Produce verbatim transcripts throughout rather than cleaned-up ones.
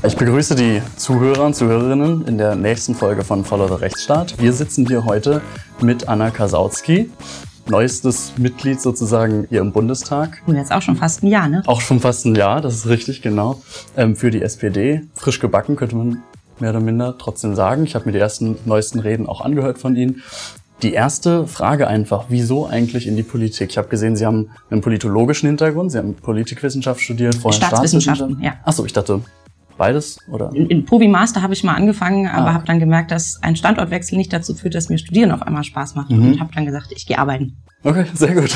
Ich begrüße die Zuhörer und Zuhörerinnen in der nächsten Folge von Follow the Rechtsstaat. Wir sitzen hier heute mit Anna Kasautsky, neuestes Mitglied sozusagen hier im Bundestag. Und jetzt auch schon fast ein Jahr, ne? Auch schon fast ein Jahr, das ist richtig, genau. Ähm, für die S P D. Frisch gebacken, könnte man mehr oder minder trotzdem sagen. Ich habe mir die ersten neuesten Reden auch angehört von Ihnen. Die erste Frage einfach, wieso eigentlich in die Politik? Ich habe gesehen, Sie haben einen politologischen Hintergrund, Sie haben Politikwissenschaft studiert, vorher Staatswissenschaften, ja. Achso, ich dachte beides, oder? In, in Probi-Master habe ich mal angefangen, aber ah. habe dann gemerkt, dass ein Standortwechsel nicht dazu führt, dass mir Studieren auf einmal Spaß macht. Mhm. Und habe dann gesagt, ich gehe arbeiten. Okay, sehr gut.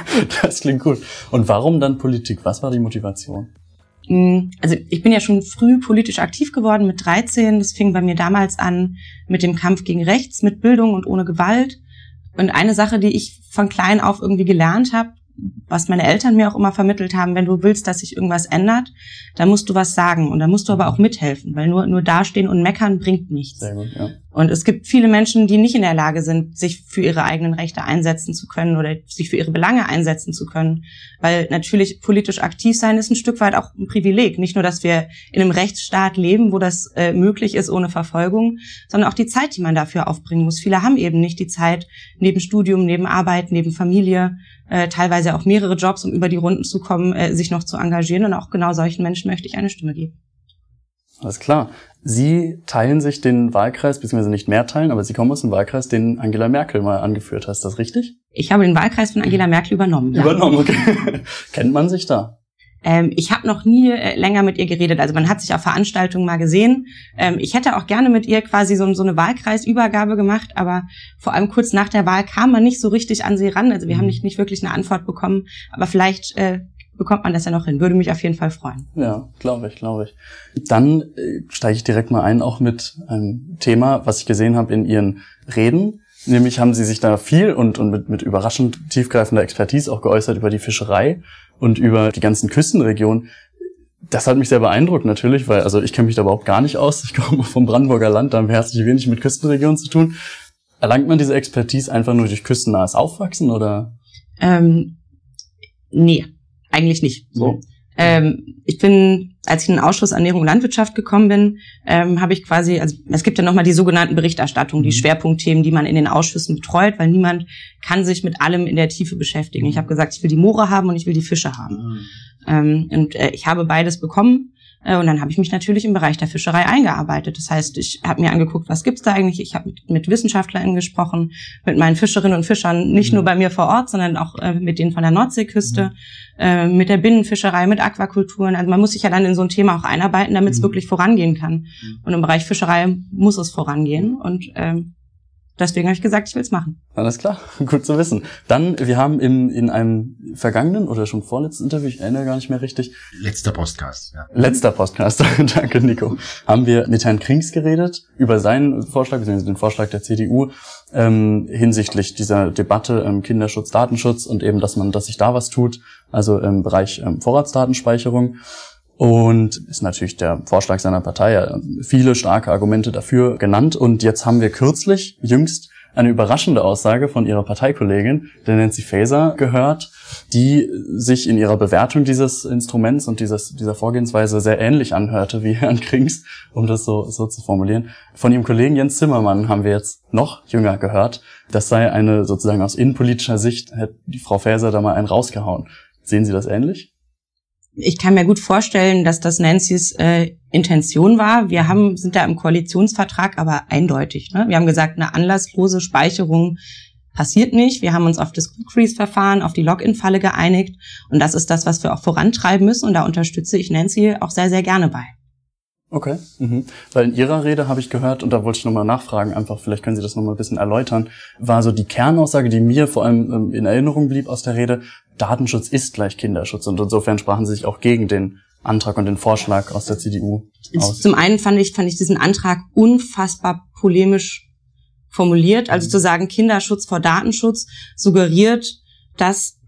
Das klingt gut. Und warum dann Politik? Was war die Motivation? Also ich bin ja schon früh politisch aktiv geworden, mit dreizehn. Das fing bei mir damals an mit dem Kampf gegen Rechts, mit Bildung und ohne Gewalt. Und eine Sache, die ich von klein auf irgendwie gelernt habe, was meine Eltern mir auch immer vermittelt haben: Wenn du willst, dass sich irgendwas ändert, dann musst du was sagen und dann musst du aber auch mithelfen, weil nur nur dastehen und meckern bringt nichts. Sehr gut, ja. Und es gibt viele Menschen, die nicht in der Lage sind, sich für ihre eigenen Rechte einsetzen zu können oder sich für ihre Belange einsetzen zu können, weil natürlich politisch aktiv sein ist ein Stück weit auch ein Privileg. Nicht nur, dass wir in einem Rechtsstaat leben, wo das äh, möglich ist ohne Verfolgung, sondern auch die Zeit, die man dafür aufbringen muss. Viele haben eben nicht die Zeit, neben Studium, neben Arbeit, neben Familie, äh, teilweise auch mehrere Jobs, um über die Runden zu kommen, äh, sich noch zu engagieren. Und auch genau solchen Menschen möchte ich eine Stimme geben. Alles klar. Sie teilen sich den Wahlkreis, beziehungsweise nicht mehr teilen, aber Sie kommen aus dem Wahlkreis, den Angela Merkel mal angeführt hat. Ist das richtig? Ich habe den Wahlkreis von Angela Merkel übernommen. Ja. Übernommen, okay. Kennt man sich da? Ähm, ich habe noch nie äh, länger mit ihr geredet. Also man hat sich auf Veranstaltungen mal gesehen. Ähm, ich hätte auch gerne mit ihr quasi so, so eine Wahlkreisübergabe gemacht, aber vor allem kurz nach der Wahl kam man nicht so richtig an sie ran. Also wir mhm. haben nicht, nicht wirklich eine Antwort bekommen. Aber vielleicht äh, bekommt man das ja noch hin. Würde mich auf jeden Fall freuen. Ja, glaube ich, glaube ich. Dann äh, steige ich direkt mal ein, auch mit einem Thema, was ich gesehen habe in Ihren Reden. Nämlich haben Sie sich da viel und, und mit, mit überraschend tiefgreifender Expertise auch geäußert über die Fischerei und über die ganzen Küstenregionen. Das hat mich sehr beeindruckt natürlich, weil also ich kenne mich da überhaupt gar nicht aus. Ich komme vom Brandenburger Land, da haben wir herzlich wenig mit Küstenregionen zu tun. Erlangt man diese Expertise einfach nur durch küstennahes Aufwachsen, oder? Ähm, nee. Eigentlich nicht. So. Ähm, ich bin, als ich in den Ausschuss Ernährung und Landwirtschaft gekommen bin, ähm, habe ich quasi, also es gibt ja nochmal die sogenannten Berichterstattungen, die Schwerpunktthemen, die man in den Ausschüssen betreut, weil niemand kann sich mit allem in der Tiefe beschäftigen. Ich habe gesagt, ich will die Moore haben und ich will die Fische haben. Mhm. Ähm, und äh, ich habe beides bekommen. Und dann habe ich mich natürlich im Bereich der Fischerei eingearbeitet. Das heißt, ich habe mir angeguckt, was gibt's da eigentlich. Ich habe mit, mit WissenschaftlerInnen gesprochen, mit meinen Fischerinnen und Fischern, nicht mhm. nur bei mir vor Ort, sondern auch äh, mit denen von der Nordseeküste, mhm. äh, mit der Binnenfischerei, mit Aquakulturen. Also man muss sich ja dann in so ein Thema auch einarbeiten, damit es mhm. wirklich vorangehen kann. Mhm. Und im Bereich Fischerei muss es vorangehen. Und ähm, deswegen habe ich gesagt, ich will's machen. Alles klar, gut zu wissen. Dann, wir haben in, in einem vergangenen oder schon vorletzten Interview, ich erinnere gar nicht mehr richtig. Letzter Podcast, ja. Letzter Podcast, danke Nico. Haben wir mit Herrn Krings geredet über seinen Vorschlag, beziehungsweise den Vorschlag der C D U ähm, hinsichtlich dieser Debatte ähm, Kinderschutz, Datenschutz und eben, dass man, dass sich da was tut, also im Bereich ähm, Vorratsdatenspeicherung. Und ist natürlich der Vorschlag seiner Partei, ja, viele starke Argumente dafür genannt. Und jetzt haben wir kürzlich, jüngst, eine überraschende Aussage von ihrer Parteikollegin, der Nancy Faeser, gehört, die sich in ihrer Bewertung dieses Instruments und dieses, dieser Vorgehensweise sehr ähnlich anhörte wie Herrn Krings, um das so, so zu formulieren. Von ihrem Kollegen Jens Zimmermann haben wir jetzt noch jünger gehört. Das sei eine, sozusagen aus innenpolitischer Sicht, hätte die Frau Faeser da mal einen rausgehauen. Sehen Sie das ähnlich? Ich kann mir gut vorstellen, dass das Nancy's äh, Intention war. Wir haben sind da im Koalitionsvertrag aber eindeutig. Ne? Wir haben gesagt, eine anlasslose Speicherung passiert nicht. Wir haben uns auf das Quick-Freeze-Verfahren, auf die Login-Falle geeinigt. Und das ist das, was wir auch vorantreiben müssen. Und da unterstütze ich Nancy auch sehr, sehr gerne bei. Okay, mhm. Weil in Ihrer Rede habe ich gehört, und da wollte ich nochmal nachfragen, einfach vielleicht können Sie das nochmal ein bisschen erläutern, war so die Kernaussage, die mir vor allem ähm, in Erinnerung blieb aus der Rede: Datenschutz ist gleich Kinderschutz. Und insofern sprachen Sie sich auch gegen den Antrag und den Vorschlag aus der C D U aus. Zum einen fand ich, fand ich diesen Antrag unfassbar polemisch formuliert. Also zu sagen, Kinderschutz vor Datenschutz suggeriert, dass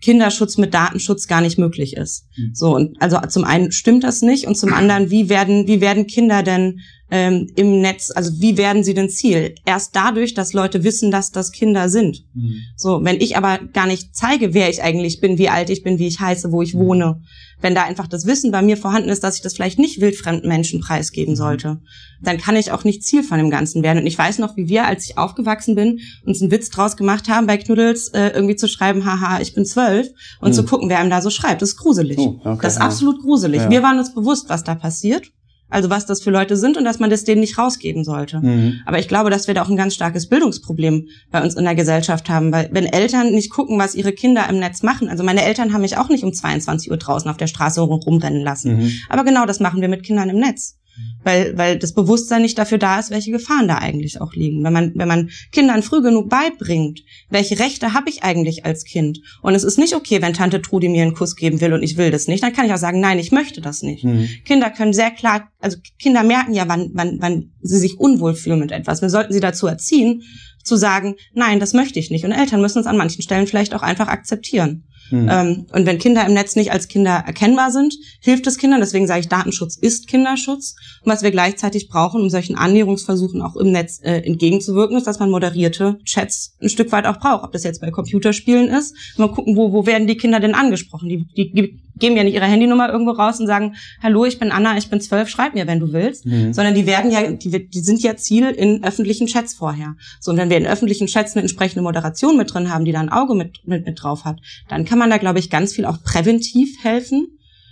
Kinderschutz mit Datenschutz gar nicht möglich ist. Mhm. So, und also zum einen stimmt das nicht und zum anderen, wie werden wie werden Kinder denn ähm, im Netz, also wie werden sie denn Ziel? Erst dadurch, dass Leute wissen, dass das Kinder sind. Mhm. So, wenn ich aber gar nicht zeige, wer ich eigentlich bin, wie alt ich bin, wie ich heiße, wo ich mhm. wohne, wenn da einfach das Wissen bei mir vorhanden ist, dass ich das vielleicht nicht wildfremden Menschen preisgeben sollte, dann kann ich auch nicht Ziel von dem Ganzen werden. Und ich weiß noch, wie wir, als ich aufgewachsen bin, uns einen Witz draus gemacht haben, bei Knuddels äh, irgendwie zu schreiben, haha, ich bin zwölf, und mhm. zu gucken, wer einem da so schreibt. Das ist gruselig. Oh, okay, das ist ja. absolut gruselig. Ja. Wir waren uns bewusst, was da passiert. Also was das für Leute sind und dass man das denen nicht rausgeben sollte. Mhm. Aber ich glaube, dass wir da auch ein ganz starkes Bildungsproblem bei uns in der Gesellschaft haben, weil wenn Eltern nicht gucken, was ihre Kinder im Netz machen, also meine Eltern haben mich auch nicht um zweiundzwanzig Uhr draußen auf der Straße rumrennen lassen. Mhm. Aber genau das machen wir mit Kindern im Netz. Weil, weil das Bewusstsein nicht dafür da ist, welche Gefahren da eigentlich auch liegen. Wenn man, wenn man Kindern früh genug beibringt, welche Rechte habe ich eigentlich als Kind? Und es ist nicht okay, wenn Tante Trudi mir einen Kuss geben will und ich will das nicht, dann kann ich auch sagen, nein, ich möchte das nicht. Mhm. Kinder können sehr klar, also Kinder merken ja, wann, wann, wann sie sich unwohl fühlen mit etwas. Wir sollten sie dazu erziehen, zu sagen, nein, das möchte ich nicht. Und Eltern müssen es an manchen Stellen vielleicht auch einfach akzeptieren. Mhm. Ähm, und wenn Kinder im Netz nicht als Kinder erkennbar sind, hilft es Kindern. Deswegen sage ich, Datenschutz ist Kinderschutz. Und was wir gleichzeitig brauchen, um solchen Annäherungsversuchen auch im Netz äh, entgegenzuwirken, ist, dass man moderierte Chats ein Stück weit auch braucht. Ob das jetzt bei Computerspielen ist. Mal gucken, wo, wo werden die Kinder denn angesprochen? Die, die, die geben ja nicht ihre Handynummer irgendwo raus und sagen, hallo, ich bin Anna, ich bin zwölf, schreib mir, wenn du willst. Mhm. Sondern die werden ja, die, die sind ja Ziel in öffentlichen Chats vorher. So, und wenn wir in öffentlichen Chats eine entsprechende Moderation mit drin haben, die da ein Auge mit, mit, mit drauf hat, dann kann man da, glaube ich, ganz viel auch präventiv helfen.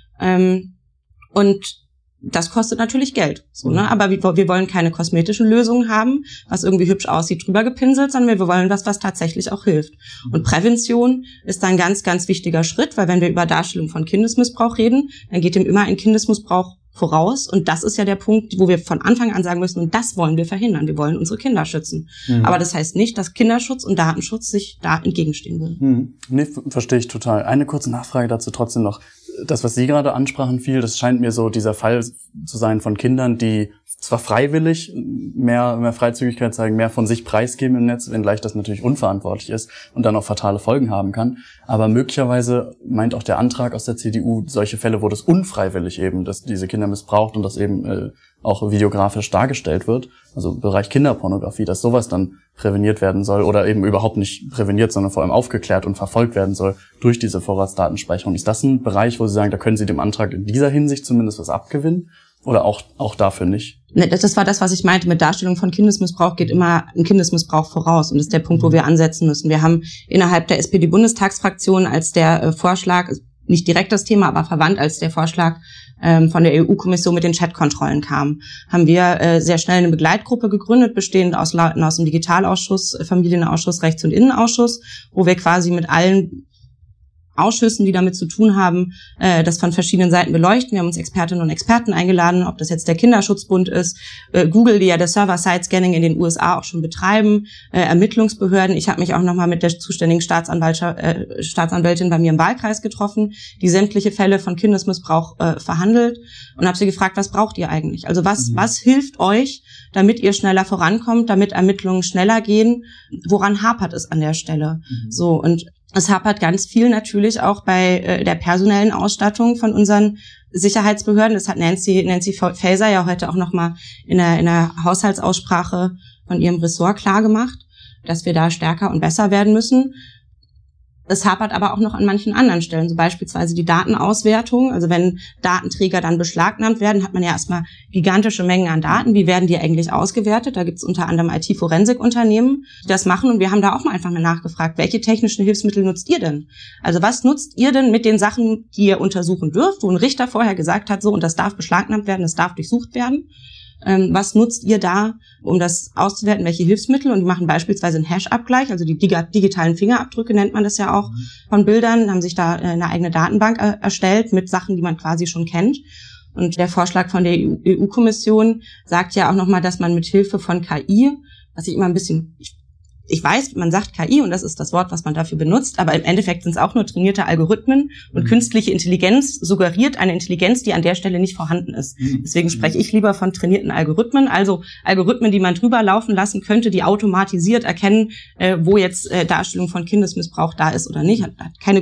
Ähm, und das kostet natürlich Geld. So, ne? Aber wir, wir wollen keine kosmetischen Lösungen haben, was irgendwie hübsch aussieht, drüber gepinselt, sondern wir wollen was, was tatsächlich auch hilft. Und Prävention ist ein ganz, ganz wichtiger Schritt, weil wenn wir über Darstellung von Kindesmissbrauch reden, dann geht dem immer ein Kindesmissbrauch voraus. Und das ist ja der Punkt, wo wir von Anfang an sagen müssen, und das wollen wir verhindern. Wir wollen unsere Kinder schützen. Mhm. Aber das heißt nicht, dass Kinderschutz und Datenschutz sich da entgegenstehen würden. Mhm. Nee, verstehe ich total. Eine kurze Nachfrage dazu trotzdem noch. Das, was Sie gerade ansprachen, viel, das scheint mir so dieser Fall zu sein von Kindern, die zwar freiwillig mehr, mehr Freizügigkeit zeigen, mehr von sich preisgeben im Netz, wenngleich das natürlich unverantwortlich ist und dann auch fatale Folgen haben kann. Aber möglicherweise meint auch der Antrag aus der C D U solche Fälle, wo das unfreiwillig eben, dass diese Kinder missbraucht und das eben äh, auch videografisch dargestellt wird, also im Bereich Kinderpornografie, dass sowas dann präveniert werden soll oder eben überhaupt nicht präveniert, sondern vor allem aufgeklärt und verfolgt werden soll durch diese Vorratsdatenspeicherung. Ist das ein Bereich, wo Sie sagen, da können Sie dem Antrag in dieser Hinsicht zumindest was abgewinnen oder auch auch dafür nicht? Das war das, was ich meinte. Mit Darstellung von Kindesmissbrauch geht immer ein Kindesmissbrauch voraus. Und das ist der Punkt, wo wir ansetzen müssen. Wir haben innerhalb der S P D-Bundestagsfraktion als der äh, Vorschlag, nicht direkt das Thema, aber verwandt, als der Vorschlag ähm, von der E U-Kommission mit den Chatkontrollen kam, haben wir äh, sehr schnell eine Begleitgruppe gegründet, bestehend aus Leuten aus dem Digitalausschuss, Familienausschuss, Rechts- und Innenausschuss, wo wir quasi mit allen Ausschüssen, die damit zu tun haben, äh, das von verschiedenen Seiten beleuchten. Wir haben uns Expertinnen und Experten eingeladen, ob das jetzt der Kinderschutzbund ist, äh, Google, die ja das Server-Side-Scanning in den U S A auch schon betreiben, äh, Ermittlungsbehörden. Ich habe mich auch nochmal mit der zuständigen Staatsanwaltschaft, äh, Staatsanwältin bei mir im Wahlkreis getroffen, die sämtliche Fälle von Kindesmissbrauch äh, verhandelt und habe sie gefragt, was braucht ihr eigentlich? Also was, mhm. was hilft euch, damit ihr schneller vorankommt, damit Ermittlungen schneller gehen? Woran hapert es an der Stelle? Mhm. So, und es hapert ganz viel natürlich auch bei äh, der personellen Ausstattung von unseren Sicherheitsbehörden. Das hat Nancy, Nancy Faeser ja heute auch nochmal in der, in der Haushaltsaussprache von ihrem Ressort klargemacht, dass wir da stärker und besser werden müssen. Es hapert aber auch noch an manchen anderen Stellen, so beispielsweise die Datenauswertung. Also wenn Datenträger dann beschlagnahmt werden, hat man ja erstmal gigantische Mengen an Daten. Wie werden die eigentlich ausgewertet? Da gibt es unter anderem I T-Forensikunternehmen, die das machen. Und wir haben da auch mal einfach mal nachgefragt, welche technischen Hilfsmittel nutzt ihr denn? Also was nutzt ihr denn mit den Sachen, die ihr untersuchen dürft, wo ein Richter vorher gesagt hat, so, und das darf beschlagnahmt werden, das darf durchsucht werden? Ähm, was nutzt ihr da, um das auszuwerten, welche Hilfsmittel? Und wir machen beispielsweise einen Hash-Abgleich, also die dig- digitalen Fingerabdrücke nennt man das ja auch, von Bildern, haben sich da eine eigene Datenbank äh, erstellt mit Sachen, die man quasi schon kennt. Und der Vorschlag von der E U-Kommission sagt ja auch nochmal, dass man mit Hilfe von K I, was ich immer ein bisschen... Ich, Ich weiß, man sagt K I und das ist das Wort, was man dafür benutzt, aber im Endeffekt sind es auch nur trainierte Algorithmen und mhm. künstliche Intelligenz suggeriert eine Intelligenz, die an der Stelle nicht vorhanden ist. Mhm. Deswegen spreche ich lieber von trainierten Algorithmen, also Algorithmen, die man drüber laufen lassen könnte, die automatisiert erkennen, äh, wo jetzt äh, Darstellung von Kindesmissbrauch da ist oder nicht. Hat, hat keine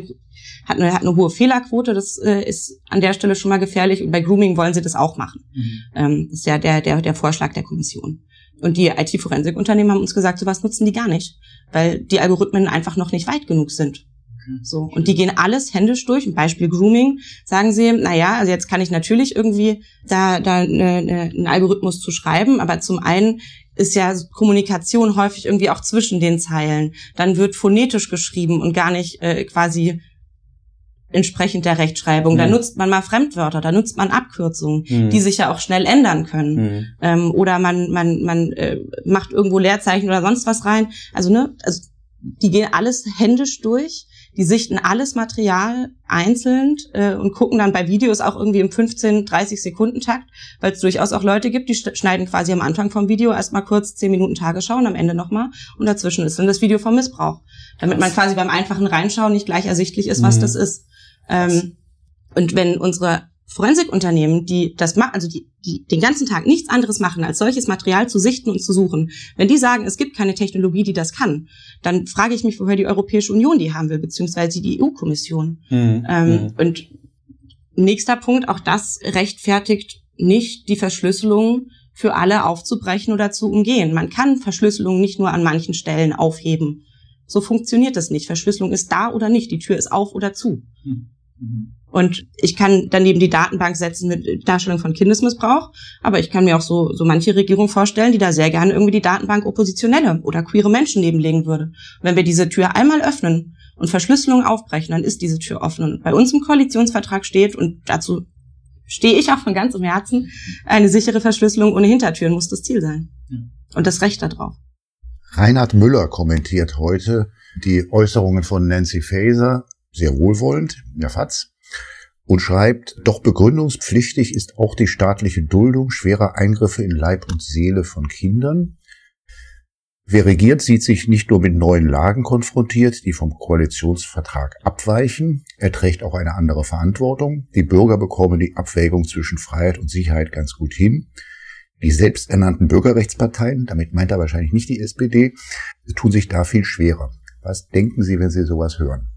hat eine, hat eine hohe Fehlerquote, das äh, ist an der Stelle schon mal gefährlich. Und bei Grooming wollen sie das auch machen. Mhm. Ähm, das ist ja der, der, der Vorschlag der Kommission. Und die I T-Forensikunternehmen haben uns gesagt, sowas nutzen die gar nicht, weil die Algorithmen einfach noch nicht weit genug sind. So. Und die gehen alles händisch durch. Ein Beispiel Grooming, sagen sie, na ja, also jetzt kann ich natürlich irgendwie da, da ne, ne, einen Algorithmus zu schreiben, aber zum einen ist ja Kommunikation häufig irgendwie auch zwischen den Zeilen. Dann wird phonetisch geschrieben und gar nicht äh, quasi entsprechend der Rechtschreibung. Mhm. Da nutzt man mal Fremdwörter, da nutzt man Abkürzungen, mhm. die sich ja auch schnell ändern können. Mhm. Ähm, oder man man man äh, macht irgendwo Leerzeichen oder sonst was rein. Also ne, also die gehen alles händisch durch. Die sichten alles Material einzeln äh, und gucken dann bei Videos auch irgendwie im fünfzehn, dreißig Sekunden Takt, weil es durchaus auch Leute gibt, die schneiden quasi am Anfang vom Video erstmal kurz zehn Minuten Tagesschau und am Ende nochmal und dazwischen ist dann das Video vom Missbrauch, damit man quasi beim einfachen Reinschauen nicht gleich ersichtlich ist, was mhm. das ist. Ähm, und wenn unsere Forensikunternehmen, die das machen, also die, die den ganzen Tag nichts anderes machen, als solches Material zu sichten und zu suchen, wenn die sagen, es gibt keine Technologie, die das kann, dann frage ich mich, woher die Europäische Union die haben will, beziehungsweise die E U-Kommission. Mhm. Ähm, mhm. Und nächster Punkt, auch das rechtfertigt nicht die Verschlüsselung für alle aufzubrechen oder zu umgehen. Man kann Verschlüsselung nicht nur an manchen Stellen aufheben. So funktioniert das nicht. Verschlüsselung ist da oder nicht. Die Tür ist auf oder zu. Mhm. Und ich kann daneben die Datenbank setzen mit Darstellung von Kindesmissbrauch, aber ich kann mir auch so so manche Regierung vorstellen, die da sehr gerne irgendwie die Datenbank Oppositionelle oder queere Menschen nebenlegen würde. Und wenn wir diese Tür einmal öffnen und Verschlüsselung aufbrechen, dann ist diese Tür offen. Und bei uns im Koalitionsvertrag steht, und dazu stehe ich auch von ganzem Herzen, eine sichere Verschlüsselung ohne Hintertüren muss das Ziel sein. Und das Recht darauf. Reinhard Müller kommentiert heute die Äußerungen von Nancy Faeser sehr wohlwollend in der FAZ und schreibt, doch begründungspflichtig ist auch die staatliche Duldung schwerer Eingriffe in Leib und Seele von Kindern. Wer regiert, sieht sich nicht nur mit neuen Lagen konfrontiert, die vom Koalitionsvertrag abweichen, er trägt auch eine andere Verantwortung. Die Bürger bekommen die Abwägung zwischen Freiheit und Sicherheit ganz gut hin. Die selbsternannten Bürgerrechtsparteien, damit meint er wahrscheinlich nicht die S P D, tun sich da viel schwerer. Was denken Sie, wenn Sie sowas hören?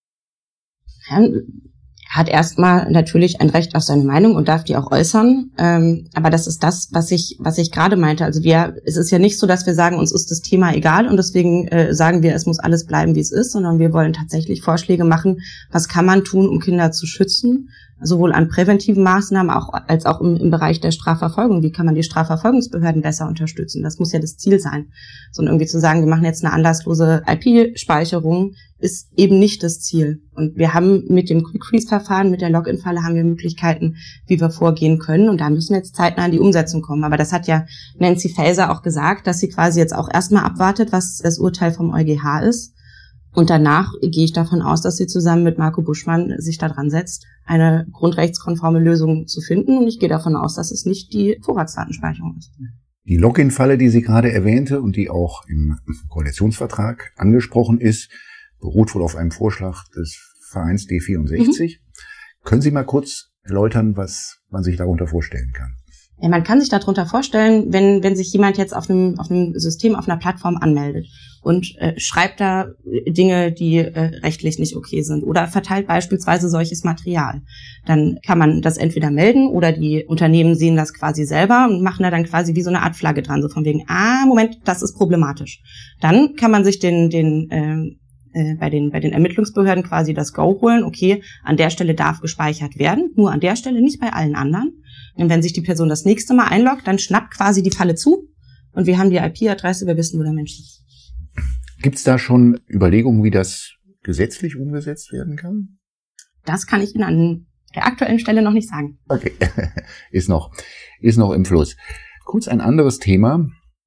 Er hat erstmal natürlich ein Recht auf seine Meinung und darf die auch äußern. Ähm, aber das ist das, was ich, was ich gerade meinte. Also wir, es ist ja nicht so, dass wir sagen, uns ist das Thema egal und deswegen äh, sagen wir, es muss alles bleiben, wie es ist, sondern wir wollen tatsächlich Vorschläge machen, was kann man tun, um Kinder zu schützen, sowohl an präventiven Maßnahmen auch, als auch im, im Bereich der Strafverfolgung. Wie kann man die Strafverfolgungsbehörden besser unterstützen? Das muss ja das Ziel sein. Sondern irgendwie zu sagen, wir machen jetzt eine anlasslose I P-Speicherung, ist eben nicht das Ziel. Und wir haben mit dem Quick-Freeze-Verfahren, mit der Login-Falle haben wir Möglichkeiten, wie wir vorgehen können. Und da müssen wir jetzt zeitnah in die Umsetzung kommen. Aber das hat ja Nancy Faeser auch gesagt, dass sie quasi jetzt auch erstmal abwartet, was das Urteil vom EuGH ist. Und danach gehe ich davon aus, dass sie zusammen mit Marco Buschmann sich da dran setzt, eine grundrechtskonforme Lösung zu finden. Und ich gehe davon aus, dass es nicht die Vorratsdatenspeicherung ist. Die Login-Falle, die sie gerade erwähnte und die auch im Koalitionsvertrag angesprochen ist, beruht wohl auf einem Vorschlag des Vereins D vierundsechzig. Mhm. Können Sie mal kurz erläutern, was man sich darunter vorstellen kann? Ja, man kann sich darunter vorstellen, wenn wenn sich jemand jetzt auf einem auf einem System, auf einer Plattform anmeldet und äh, schreibt da Dinge, die äh, rechtlich nicht okay sind oder verteilt beispielsweise solches Material, dann kann man das entweder melden oder die Unternehmen sehen das quasi selber und machen da dann quasi wie so eine Art Flagge dran, so von wegen, ah, Moment, das ist problematisch. Dann kann man sich den den äh, äh, bei den bei den Ermittlungsbehörden quasi das Go holen, okay, an der Stelle darf gespeichert werden, nur an der Stelle, nicht bei allen anderen. Und wenn sich die Person das nächste Mal einloggt, dann schnappt quasi die Falle zu und wir haben die I P-Adresse, wir wissen, wo der Mensch ist. Gibt es da schon Überlegungen, wie das gesetzlich umgesetzt werden kann? Das kann ich Ihnen an der aktuellen Stelle noch nicht sagen. Okay, ist noch, ist noch im Fluss. Kurz ein anderes Thema,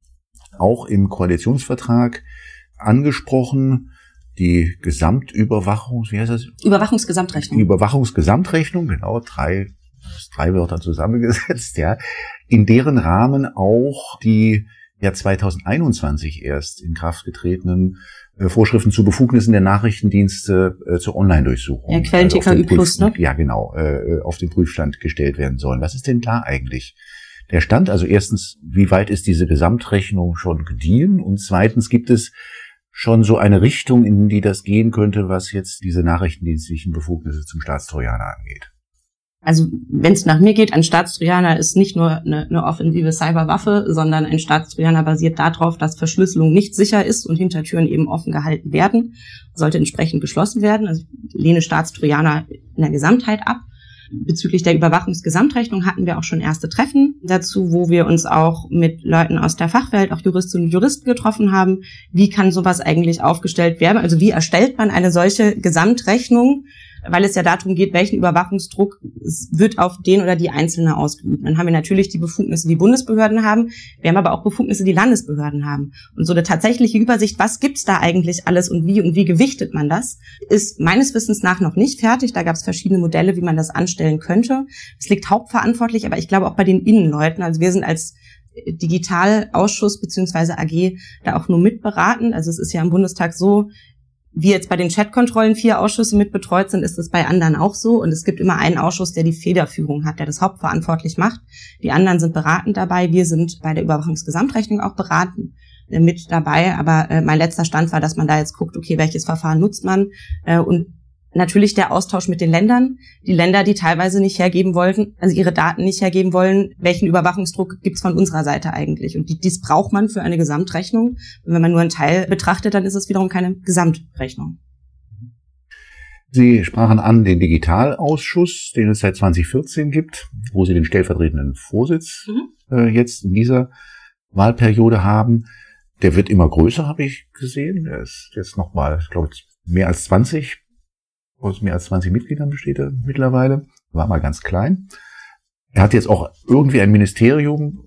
auch im Koalitionsvertrag angesprochen, die Gesamtüberwachung, wie heißt das? Überwachungsgesamtrechnung. Die Überwachungsgesamtrechnung, genau, drei drei Wörter zusammengesetzt, ja, in deren Rahmen auch die ja zweitausendeinundzwanzig erst in Kraft getretenen äh, Vorschriften zu Befugnissen der Nachrichtendienste äh, zur Online-Durchsuchung. Ja, Quellen-T K Ü plus, ne? Ja, genau, äh, auf den Prüfstand gestellt werden sollen. Was ist denn da eigentlich der Stand? Also erstens, wie weit ist diese Gesamtrechnung schon gediehen? Und zweitens, gibt es schon so eine Richtung, in die das gehen könnte, was jetzt diese nachrichtendienstlichen Befugnisse zum Staatstrojaner angeht? Also wenn es nach mir geht, ein Staatstrojaner ist nicht nur eine, eine offensive Cyberwaffe, sondern ein Staatstrojaner basiert darauf, dass Verschlüsselung nicht sicher ist und Hintertüren eben offen gehalten werden, sollte entsprechend geschlossen werden. Also ich lehne Staatstrojaner in der Gesamtheit ab. Bezüglich der Überwachungsgesamtrechnung hatten wir auch schon erste Treffen dazu, wo wir uns auch mit Leuten aus der Fachwelt, auch Juristinnen und Juristen getroffen haben. Wie kann sowas eigentlich aufgestellt werden? Also wie erstellt man eine solche Gesamtrechnung? Weil es ja darum geht, welchen Überwachungsdruck wird auf den oder die Einzelne ausgeübt. Dann haben wir natürlich die Befugnisse, die Bundesbehörden haben. Wir haben aber auch Befugnisse, die Landesbehörden haben. Und so eine tatsächliche Übersicht, was gibt's da eigentlich alles und wie und wie gewichtet man das, ist meines Wissens nach noch nicht fertig. Da gab es verschiedene Modelle, wie man das anstellen könnte. Es liegt hauptverantwortlich, aber ich glaube auch bei den Innenleuten. Also wir sind als Digitalausschuss beziehungsweise A G da auch nur mitberatend. Also es ist ja im Bundestag so, wie jetzt bei den Chatkontrollen vier Ausschüsse mit betreut sind, ist es bei anderen auch so. Und es gibt immer einen Ausschuss, der die Federführung hat, der das hauptverantwortlich macht. Die anderen sind beratend dabei. Wir sind bei der Überwachungsgesamtrechnung auch beratend äh, mit dabei. Aber äh, mein letzter Stand war, dass man da jetzt guckt, okay, welches Verfahren nutzt man? Äh, und natürlich der Austausch mit den Ländern. Die Länder, die teilweise nicht hergeben wollten, also ihre Daten nicht hergeben wollen, welchen Überwachungsdruck gibt's von unserer Seite eigentlich? Und die, dies braucht man für eine Gesamtrechnung. Und wenn man nur einen Teil betrachtet, dann ist es wiederum keine Gesamtrechnung. Sie sprachen an den Digitalausschuss, den es seit zwanzig vierzehn gibt, wo Sie den stellvertretenden Vorsitz mhm. äh, jetzt in dieser Wahlperiode haben. Der wird immer größer, habe ich gesehen. Der ist jetzt nochmal, ich glaube, mehr als zwanzig aus mehr als zwanzig Mitgliedern besteht er mittlerweile. War mal ganz klein. Er hat jetzt auch irgendwie ein Ministerium,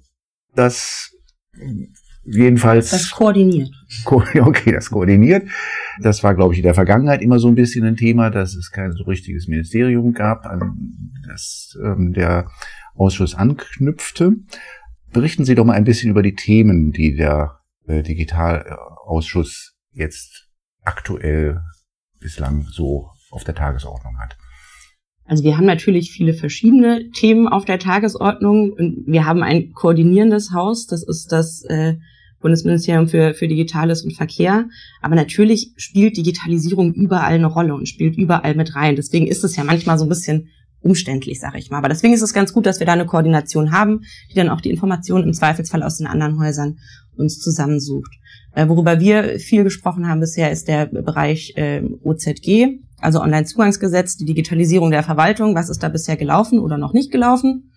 das jedenfalls... Das koordiniert. Okay, das koordiniert. Das war, glaube ich, in der Vergangenheit immer so ein bisschen ein Thema, dass es kein so richtiges Ministerium gab, an das ähm, der Ausschuss anknüpfte. Berichten Sie doch mal ein bisschen über die Themen, die der äh, Digitalausschuss jetzt aktuell bislang so auf der Tagesordnung hat. Also wir haben natürlich viele verschiedene Themen auf der Tagesordnung und wir haben ein koordinierendes Haus, das ist das äh, Bundesministerium für, für Digitales und Verkehr. Aber natürlich spielt Digitalisierung überall eine Rolle und spielt überall mit rein. Deswegen ist es ja manchmal so ein bisschen umständlich, sag ich mal. Aber deswegen ist es ganz gut, dass wir da eine Koordination haben, die dann auch die Informationen im Zweifelsfall aus den anderen Häusern uns zusammensucht. Äh, worüber wir viel gesprochen haben bisher, ist der Bereich äh, O Z G, also Onlinezugangsgesetz, die Digitalisierung der Verwaltung. Was ist da bisher gelaufen oder noch nicht gelaufen?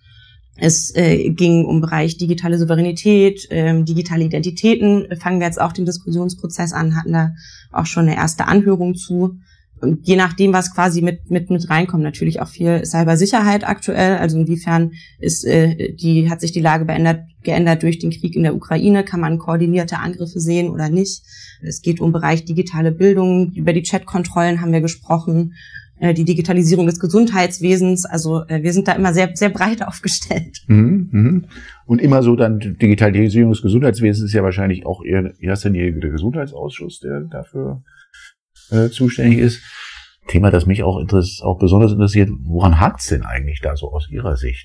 Es äh, ging um Bereich digitale Souveränität, äh, digitale Identitäten. Fangen wir jetzt auch den Diskussionsprozess an, hatten da auch schon eine erste Anhörung zu. Und je nachdem, was quasi mit mit mit reinkommt, natürlich auch viel Cybersicherheit aktuell. Also inwiefern ist äh, die hat sich die Lage beändert, geändert durch den Krieg in der Ukraine? Kann man koordinierte Angriffe sehen oder nicht? Es geht um Bereich digitale Bildung. Über die Chatkontrollen haben wir gesprochen. Äh, die Digitalisierung des Gesundheitswesens. Also äh, wir sind da immer sehr sehr breit aufgestellt. Mhm, mhm. Und immer so dann Digitalisierung des Gesundheitswesens ist ja wahrscheinlich auch eher erster Linie der Gesundheitsausschuss, der dafür Äh, zuständig ist. Thema, das mich auch, interess- auch besonders interessiert, woran hakt's denn eigentlich da so aus Ihrer Sicht?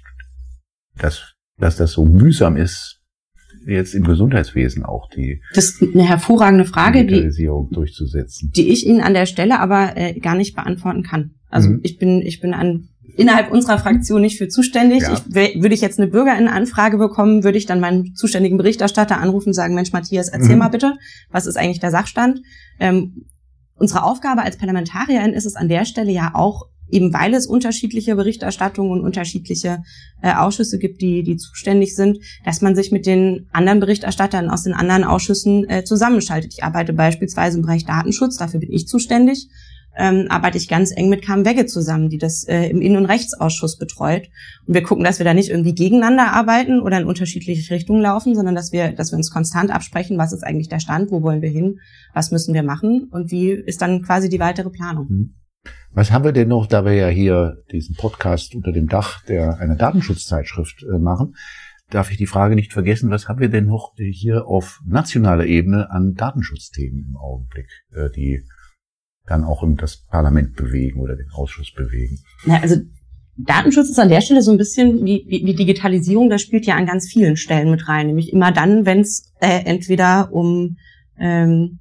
Dass, dass das so mühsam ist, jetzt im Gesundheitswesen auch die Das ist eine hervorragende Frage, Digitalisierung die, durchzusetzen. Die ich Ihnen an der Stelle aber äh, gar nicht beantworten kann. Also mhm. ich bin ich bin an innerhalb unserer Fraktion nicht für zuständig. Ja. Ich, würde ich jetzt eine Bürgerinnenanfrage bekommen, würde ich dann meinen zuständigen Berichterstatter anrufen und sagen, Mensch, Matthias, erzähl mhm. mal bitte, was ist eigentlich der Sachstand? Ähm, Unsere Aufgabe als Parlamentarierin ist es an der Stelle ja auch, eben weil es unterschiedliche Berichterstattungen und unterschiedliche äh, Ausschüsse gibt, die die zuständig sind, dass man sich mit den anderen Berichterstattern aus den anderen Ausschüssen äh, zusammenschaltet. Ich arbeite beispielsweise im Bereich Datenschutz, dafür bin ich zuständig. Ähm, arbeite ich ganz eng mit Carmen Wegge zusammen, die das äh, im Innen- und Rechtsausschuss betreut. Und wir gucken, dass wir da nicht irgendwie gegeneinander arbeiten oder in unterschiedliche Richtungen laufen, sondern dass wir, dass wir uns konstant absprechen, was ist eigentlich der Stand, wo wollen wir hin, was müssen wir machen und wie ist dann quasi die weitere Planung. Was haben wir denn noch, da wir ja hier diesen Podcast unter dem Dach der einer Datenschutzzeitschrift äh, machen, darf ich die Frage nicht vergessen, was haben wir denn noch hier auf nationaler Ebene an Datenschutzthemen im Augenblick, äh, die dann auch in das Parlament bewegen oder den Ausschuss bewegen? Na, also Datenschutz ist an der Stelle so ein bisschen wie, wie, wie Digitalisierung, das spielt ja an ganz vielen Stellen mit rein, nämlich immer dann, wenn es äh, entweder um ähm,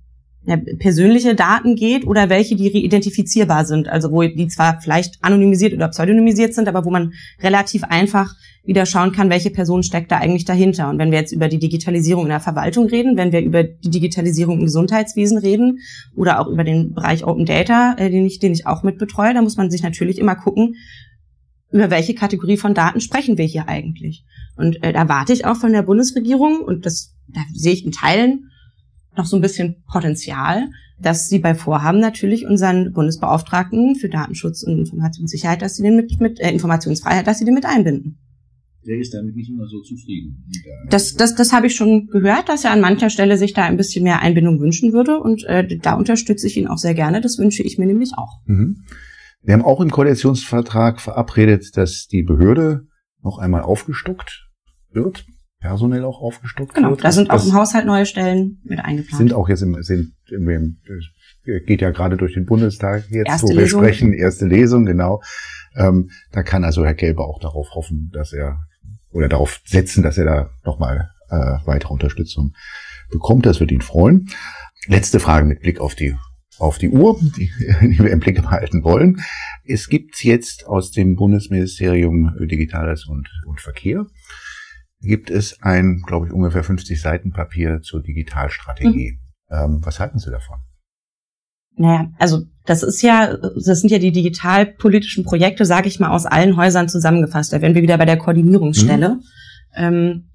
ja, persönliche Daten geht oder welche, die reidentifizierbar sind, also wo die zwar vielleicht anonymisiert oder pseudonymisiert sind, aber wo man relativ einfach wieder schauen kann, welche Person steckt da eigentlich dahinter. Und wenn wir jetzt über die Digitalisierung in der Verwaltung reden, wenn wir über die Digitalisierung im Gesundheitswesen reden oder auch über den Bereich Open Data, äh, den ich, den ich auch mit betreue, da muss man sich natürlich immer gucken, über welche Kategorie von Daten sprechen wir hier eigentlich. Und äh, da warte ich auch von der Bundesregierung, und das da sehe ich in Teilen noch so ein bisschen Potenzial, dass sie bei Vorhaben natürlich unseren Bundesbeauftragten für Datenschutz und Informationssicherheit, dass sie den mit, mit äh, Informationsfreiheit, dass sie den mit einbinden. Der ist damit nicht immer so zufrieden. Das, das, das habe ich schon gehört, dass er an mancher Stelle sich da ein bisschen mehr Einbindung wünschen würde, und äh, da unterstütze ich ihn auch sehr gerne. Das wünsche ich mir nämlich auch. Mhm. Wir haben auch im Koalitionsvertrag verabredet, dass die Behörde noch einmal aufgestockt wird. Personell auch aufgestockt genau, wird. Genau, da sind das auch im Haushalt neue Stellen mit eingeplant. Sind auch jetzt im, sind im, im geht ja gerade durch den Bundestag jetzt, erste wo wir Lesung. sprechen, erste Lesung, genau. Ähm, da kann also Herr Gelber auch darauf hoffen, dass er, oder darauf setzen, dass er da nochmal äh, weitere Unterstützung bekommt. Das wird ihn freuen. Letzte Frage mit Blick auf die auf die Uhr, die, die wir im Blick behalten wollen. Es gibt jetzt aus dem Bundesministerium Digitales und, und Verkehr gibt es ein, glaube ich, ungefähr fünfzig Seiten Papier zur Digitalstrategie. Mhm. Ähm, was halten Sie davon? Naja, also das ist ja, das sind ja die digitalpolitischen Projekte, sage ich mal, aus allen Häusern zusammengefasst. Da wären wir wieder bei der Koordinierungsstelle. Mhm. Ähm,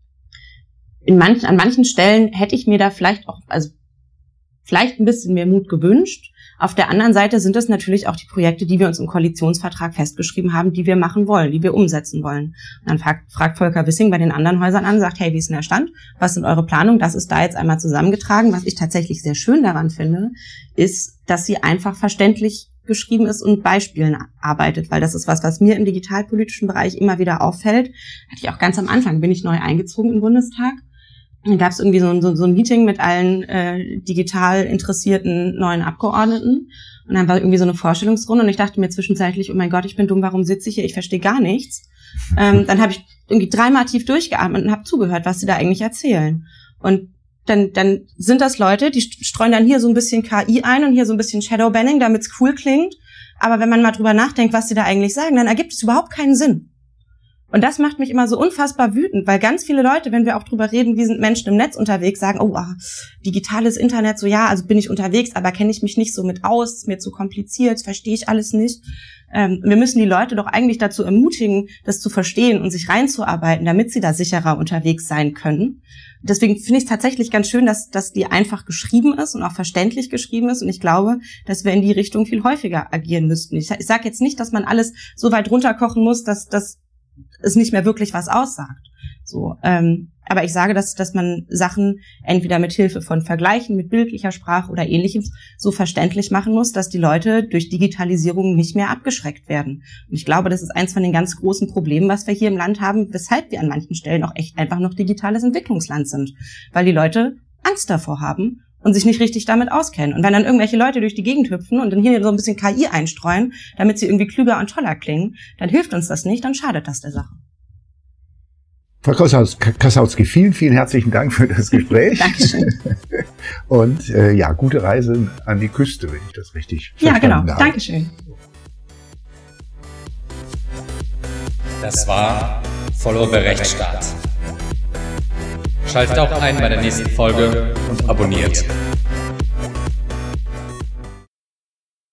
in manchen, an manchen Stellen hätte ich mir da vielleicht auch, also vielleicht ein bisschen mehr Mut gewünscht. Auf der anderen Seite sind es natürlich auch die Projekte, die wir uns im Koalitionsvertrag festgeschrieben haben, die wir machen wollen, die wir umsetzen wollen. Und dann fragt, fragt Volker Wissing bei den anderen Häusern an, sagt, hey, wie ist denn der Stand? Was sind eure Planungen? Das ist da jetzt einmal zusammengetragen. Was ich tatsächlich sehr schön daran finde, ist, dass sie einfach verständlich geschrieben ist und Beispielen arbeitet, weil das ist was, was mir im digitalpolitischen Bereich immer wieder auffällt. Hatte ich auch ganz am Anfang, bin ich neu eingezogen im Bundestag. Dann gab es irgendwie so ein, so, so ein Meeting mit allen äh, digital interessierten neuen Abgeordneten. Und dann war irgendwie so eine Vorstellungsrunde und ich dachte mir zwischenzeitlich, oh mein Gott, ich bin dumm, warum sitze ich hier? Ich verstehe gar nichts. Ähm, dann habe ich irgendwie dreimal tief durchgeatmet und habe zugehört, was sie da eigentlich erzählen. Und dann, dann sind das Leute, die streuen dann hier so ein bisschen K I ein und hier so ein bisschen Shadowbanning, damit es cool klingt. Aber wenn man mal drüber nachdenkt, was sie da eigentlich sagen, dann ergibt es überhaupt keinen Sinn. Und das macht mich immer so unfassbar wütend, weil ganz viele Leute, wenn wir auch drüber reden, wie sind Menschen im Netz unterwegs, sagen, oh, ah, digitales Internet, so ja, also bin ich unterwegs, aber kenne ich mich nicht so mit aus, ist mir zu kompliziert, verstehe ich alles nicht. Ähm, wir müssen die Leute doch eigentlich dazu ermutigen, das zu verstehen und sich reinzuarbeiten, damit sie da sicherer unterwegs sein können. Deswegen finde ich es tatsächlich ganz schön, dass, dass die einfach geschrieben ist und auch verständlich geschrieben ist. Und ich glaube, dass wir in die Richtung viel häufiger agieren müssten. Ich, ich sage jetzt nicht, dass man alles so weit runterkochen muss, dass das es nicht mehr wirklich was aussagt. So, ähm, aber ich sage, dass dass man Sachen entweder mit Hilfe von Vergleichen, mit bildlicher Sprache oder Ähnlichem so verständlich machen muss, dass die Leute durch Digitalisierung nicht mehr abgeschreckt werden. Und ich glaube, das ist eins von den ganz großen Problemen, was wir hier im Land haben, weshalb wir an manchen Stellen auch echt einfach noch digitales Entwicklungsland sind, weil die Leute Angst davor haben und sich nicht richtig damit auskennen. Und wenn dann irgendwelche Leute durch die Gegend hüpfen und dann hier so ein bisschen K I einstreuen, damit sie irgendwie klüger und toller klingen, dann hilft uns das nicht, dann schadet das der Sache. Frau Kassautzky, vielen, vielen herzlichen Dank für das Gespräch. Dankeschön. Und äh, ja, gute Reise an die Küste, wenn ich das richtig verstanden habe. Ja, genau. Habe. Dankeschön. Das war Voll über Rechtsstaat. Schaltet auch ein bei der nächsten Folge und abonniert.